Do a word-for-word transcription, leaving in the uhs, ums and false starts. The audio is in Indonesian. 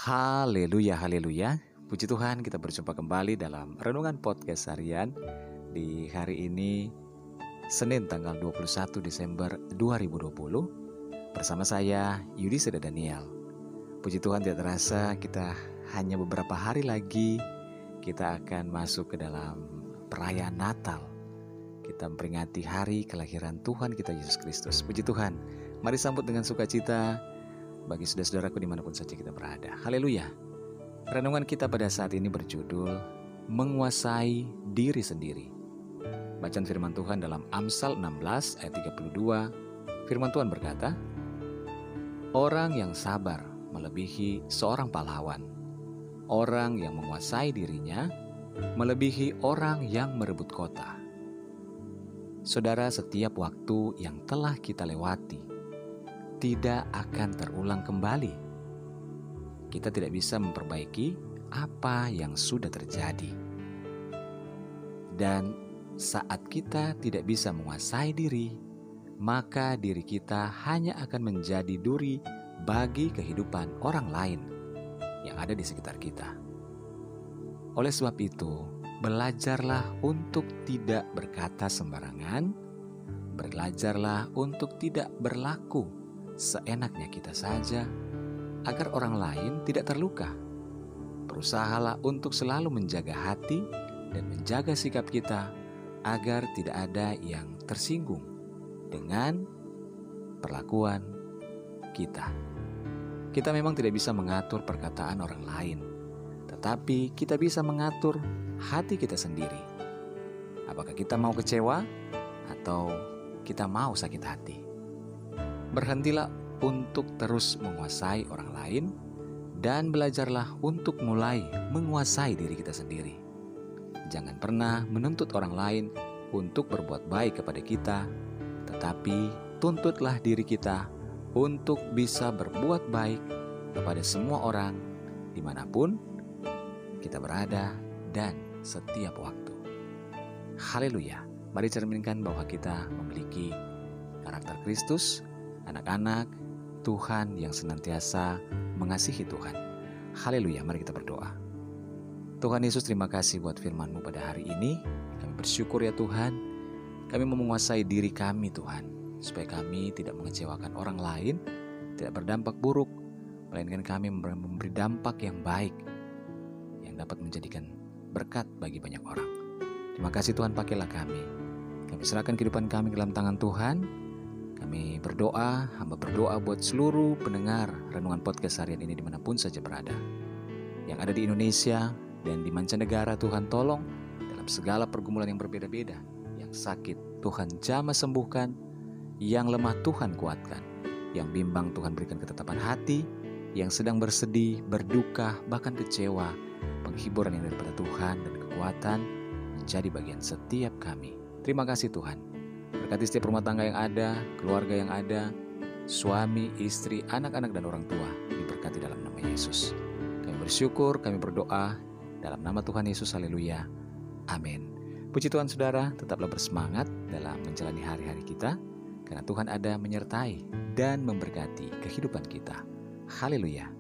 Haleluya, haleluya. Puji Tuhan, kita berjumpa kembali dalam Renungan Podcast Harian di hari ini, Senin tanggal dua puluh satu Desember dua ribu dua puluh. Bersama saya, Yudi Seda Daniel. Puji Tuhan, tidak terasa kita hanya beberapa hari lagi kita akan masuk ke dalam perayaan Natal. Kita memperingati hari kelahiran Tuhan kita Yesus Kristus. Puji Tuhan, mari sambut dengan sukacita bagi saudara-saudaraku dimanapun saja kita berada. Haleluya. Renungan kita pada saat ini berjudul Menguasai Diri Sendiri. Bacaan firman Tuhan dalam Amsal enam belas ayat tiga puluh dua. Firman Tuhan berkata, orang yang sabar melebihi seorang pahlawan. Orang yang menguasai dirinya melebihi orang yang merebut kota. Saudara, setiap waktu yang telah kita lewati tidak akan terulang kembali. Kita tidak bisa memperbaiki apa yang sudah terjadi. Dan saat kita tidak bisa menguasai diri, maka diri kita hanya akan menjadi duri bagi kehidupan orang lain yang ada di sekitar kita. Oleh sebab itu, belajarlah untuk tidak berkata sembarangan, belajarlah untuk tidak berlaku seenaknya kita saja, agar orang lain tidak terluka. Berusahalah untuk selalu menjaga hati dan menjaga sikap kita, agar tidak ada yang tersinggung dengan perlakuan kita. Kita memang tidak bisa mengatur perkataan orang lain, tetapi kita bisa mengatur hati kita sendiri. Apakah kita mau kecewa atau kita mau sakit hati? Berhentilah untuk terus menguasai orang lain dan belajarlah untuk mulai menguasai diri kita sendiri. Jangan pernah menuntut orang lain untuk berbuat baik kepada kita, tetapi tuntutlah diri kita untuk bisa berbuat baik kepada semua orang dimanapun kita berada dan setiap waktu. Haleluya. Mari cerminkan bahwa kita memiliki karakter Kristus, anak-anak Tuhan yang senantiasa mengasihi Tuhan. Haleluya, mari kita berdoa. Tuhan Yesus, terima kasih buat firman-Mu pada hari ini. Kami bersyukur ya Tuhan, kami mau menguasai diri kami Tuhan, supaya kami tidak mengecewakan orang lain, tidak berdampak buruk, melainkan kami memberi dampak yang baik, yang dapat menjadikan berkat bagi banyak orang. Terima kasih Tuhan, pakailah kami. Kami serahkan kehidupan kami ke dalam tangan Tuhan. Kami berdoa, hamba berdoa buat seluruh pendengar Renungan Podcast Harian ini dimanapun saja berada. Yang ada di Indonesia dan di mancanegara, Tuhan tolong dalam segala pergumulan yang berbeda-beda. Yang sakit, Tuhan jamah sembuhkan. Yang lemah, Tuhan kuatkan. Yang bimbang, Tuhan berikan ketetapan hati. Yang sedang bersedih, berduka, bahkan kecewa, penghiburan yang daripada Tuhan dan kekuatan menjadi bagian setiap kami. Terima kasih Tuhan. Berkati setiap rumah tangga yang ada, keluarga yang ada, suami, istri, anak-anak, dan orang tua, diberkati dalam nama Yesus. Kami bersyukur, kami berdoa dalam nama Tuhan Yesus. Haleluya. Amin. Puji Tuhan saudara, tetaplah bersemangat dalam menjalani hari-hari kita, karena Tuhan ada menyertai dan memberkati kehidupan kita. Haleluya.